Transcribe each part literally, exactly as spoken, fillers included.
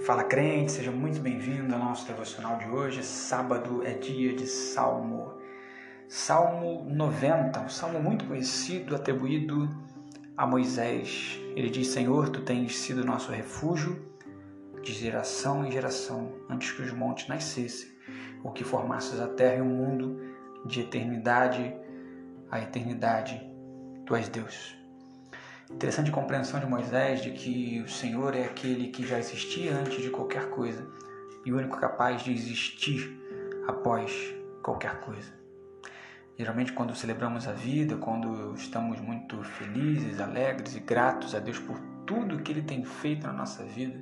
Fala crente, seja muito bem-vindo ao nosso devocional de hoje. Sábado é dia de Salmo. Salmo noventa, um salmo muito conhecido, atribuído a Moisés. Ele diz: Senhor, tu tens sido nosso refúgio de geração em geração, antes que os montes nascessem, ou que formasses a terra e o mundo, de eternidade a eternidade. Tu és Deus. Interessante a compreensão de Moisés de que o Senhor é aquele que já existia antes de qualquer coisa e o único capaz de existir após qualquer coisa. Geralmente, quando celebramos a vida, quando estamos muito felizes, alegres e gratos a Deus por tudo que Ele tem feito na nossa vida,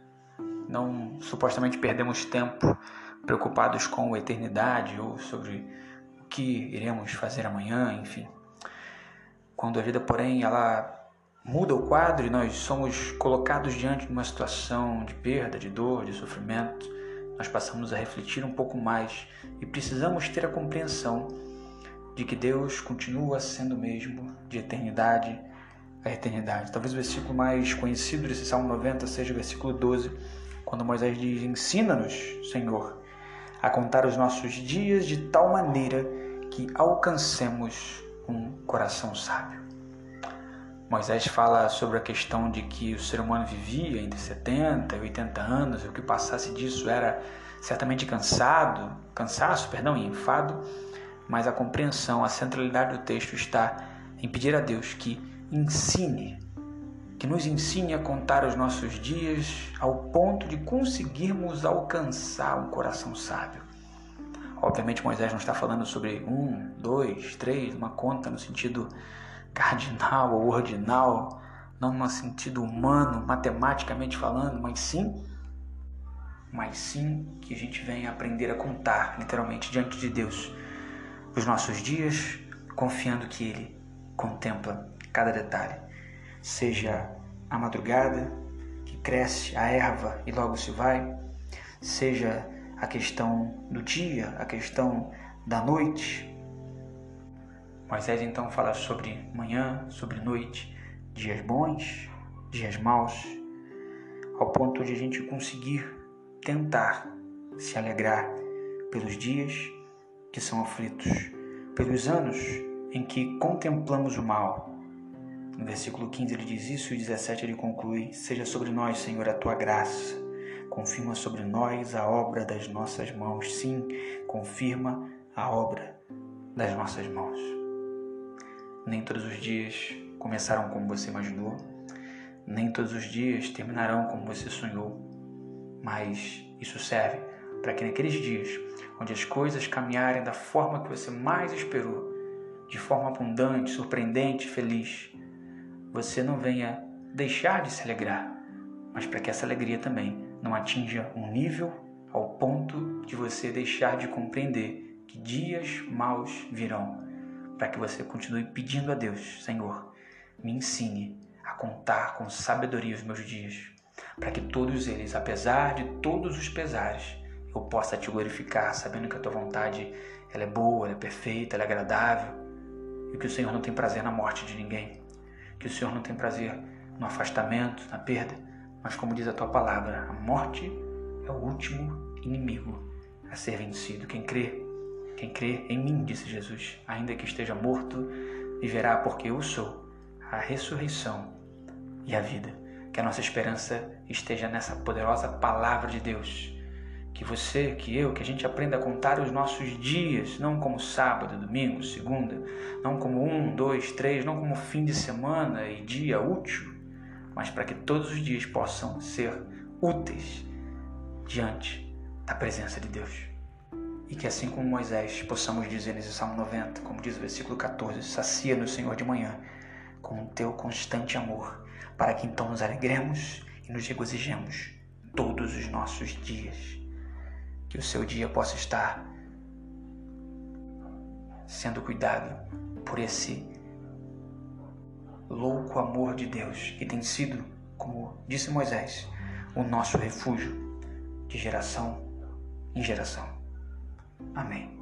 não supostamente perdemos tempo preocupados com a eternidade ou sobre o que iremos fazer amanhã, enfim. Quando a vida, porém, ela muda o quadro e nós somos colocados diante de uma situação de perda, de dor, de sofrimento, nós passamos a refletir um pouco mais e precisamos ter a compreensão de que Deus continua sendo o mesmo de eternidade a eternidade. Talvez o versículo mais conhecido desse Salmo noventa seja o versículo doze, quando Moisés diz: ensina-nos, Senhor, a contar os nossos dias de tal maneira que alcancemos um coração sábio. Moisés fala sobre a questão de que o ser humano vivia entre setenta e oitenta anos, e o que passasse disso era certamente cansado, cansaço, perdão, e enfado, mas a compreensão, a centralidade do texto está em pedir a Deus que ensine, que nos ensine a contar os nossos dias ao ponto de conseguirmos alcançar um coração sábio. Obviamente Moisés não está falando sobre um, dois, três, uma conta no sentido cardinal ou ordinal, não no sentido humano, matematicamente falando, mas sim, mas sim que a gente venha aprender a contar, literalmente, diante de Deus, os nossos dias, confiando que Ele contempla cada detalhe. Seja a madrugada, que cresce a erva e logo se vai, seja a questão do dia, a questão da noite. Moisés então fala sobre manhã, sobre noite, dias bons, dias maus, ao ponto de a gente conseguir tentar se alegrar pelos dias que são aflitos, pelos anos em que contemplamos o mal. No versículo quinze ele diz isso e dezessete ele conclui: seja sobre nós, Senhor, a tua graça, confirma sobre nós a obra das nossas mãos. Sim, confirma a obra das nossas mãos. Nem todos os dias começaram como você imaginou, nem todos os dias terminarão como você sonhou, mas isso serve para que naqueles dias, onde as coisas caminharem da forma que você mais esperou, de forma abundante, surpreendente, feliz, você não venha deixar de se alegrar, mas para que essa alegria também não atinja um nível ao ponto de você deixar de compreender que dias maus virão, para que você continue pedindo a Deus: Senhor, me ensine a contar com sabedoria os meus dias, para que todos eles, apesar de todos os pesares, eu possa te glorificar, sabendo que a tua vontade ela é boa, ela é perfeita, ela é agradável, e que o Senhor não tem prazer na morte de ninguém, que o Senhor não tem prazer no afastamento, na perda, mas como diz a tua palavra, a morte é o último inimigo a ser vencido. Quem crê, quem crê em mim, disse Jesus, ainda que esteja morto, viverá, porque eu sou a ressurreição e a vida. Que a nossa esperança esteja nessa poderosa palavra de Deus. Que você, que eu, que a gente aprenda a contar os nossos dias, não como sábado, domingo, segunda, não como um, dois, três, não como fim de semana e dia útil, mas para que todos os dias possam ser úteis diante da presença de Deus. E que assim como Moisés possamos dizer nesse Salmo noventa, como diz o versículo catorze, sacia-nos, Senhor, de manhã com o teu constante amor, para que então nos alegremos e nos regozijemos todos os nossos dias. Que o seu dia possa estar sendo cuidado por esse louco amor de Deus, que tem sido, como disse Moisés, o nosso refúgio de geração em geração. Amém.